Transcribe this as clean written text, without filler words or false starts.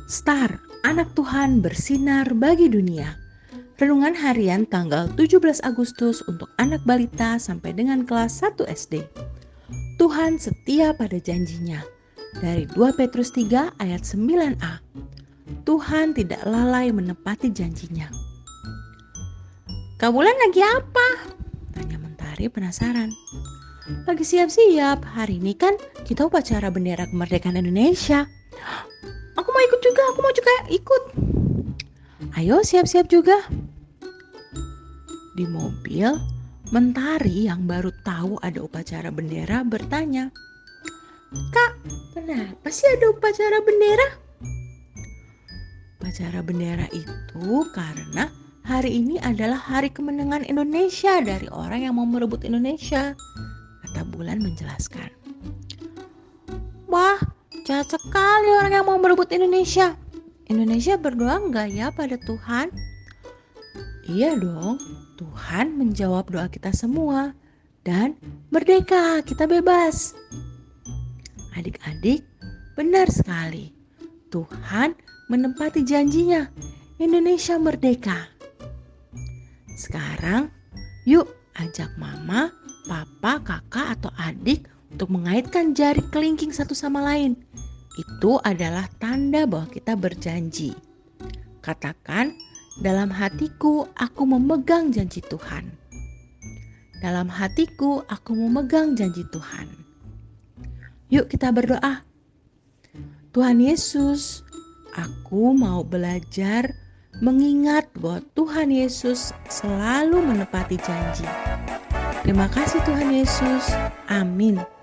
Star, anak Tuhan bersinar bagi dunia. Renungan harian tanggal 17 Agustus untuk anak balita sampai dengan kelas 1 SD. Tuhan setia pada janjinya. Dari 2 Petrus 3 ayat 9a. Tuhan tidak lalai menepati janjinya. Kak Bulan lagi apa? Tanya Mentari penasaran. Lagi siap-siap, hari ini kan kita upacara bendera kemerdekaan Indonesia. Aku mau juga ikut. Ayo siap-siap juga. Di mobil, Mentari yang baru tahu ada upacara bendera bertanya, Kak, kenapa sih ada upacara bendera? Upacara bendera itu karena hari ini adalah hari kemenangan Indonesia dari orang yang mau merebut Indonesia, kata Bulan menjelaskan. Wah, jahat sekali orang yang mau merebut Indonesia. Indonesia berdoa enggak ya pada Tuhan? Iya dong, Tuhan menjawab doa kita semua. Dan merdeka, kita bebas. Adik-adik, benar sekali. Tuhan menepati janjinya. Indonesia merdeka. Sekarang, yuk ajak mama, papa, kakak, atau adik untuk mengaitkan jari kelingking satu sama lain. Itu adalah tanda bahwa kita berjanji. Katakan, dalam hatiku aku memegang janji Tuhan. Dalam hatiku aku memegang janji Tuhan. Yuk kita berdoa. Tuhan Yesus, aku mau belajar mengingat bahwa Tuhan Yesus selalu menepati janji. Terima kasih Tuhan Yesus. Amin.